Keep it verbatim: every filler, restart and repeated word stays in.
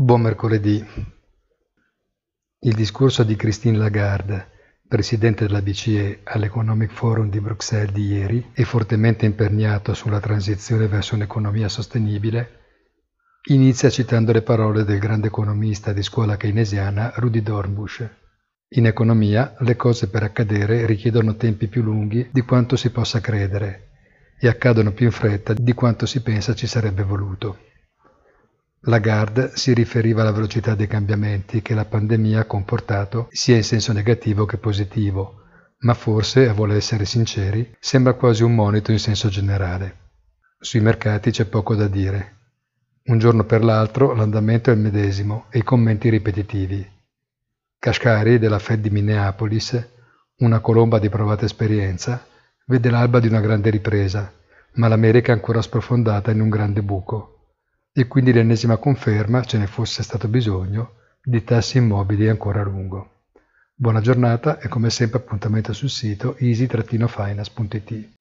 Buon mercoledì. Il discorso di Christine Lagarde, presidente della B C E all'Economic Forum di Bruxelles di ieri e fortemente imperniato sulla transizione verso un'economia sostenibile, inizia citando le parole del grande economista di scuola keynesiana Rudi Dornbusch. In economia le cose per accadere richiedono tempi più lunghi di quanto si possa credere e accadono più in fretta di quanto si pensa ci sarebbe voluto. Lagarde si riferiva alla velocità dei cambiamenti che la pandemia ha comportato sia in senso negativo che positivo, ma forse, a voler essere sinceri, sembra quasi un monito in senso generale. Sui mercati c'è poco da dire. Un giorno per l'altro l'andamento è il medesimo e i commenti ripetitivi. Kashkari della Fed di Minneapolis, una colomba di provata esperienza, vede l'alba di una grande ripresa, ma l'America è ancora sprofondata in un grande buco. E quindi l'ennesima conferma, ce ne fosse stato bisogno, di tassi immobili ancora a lungo. Buona giornata e come sempre appuntamento sul sito easy-finance punto it.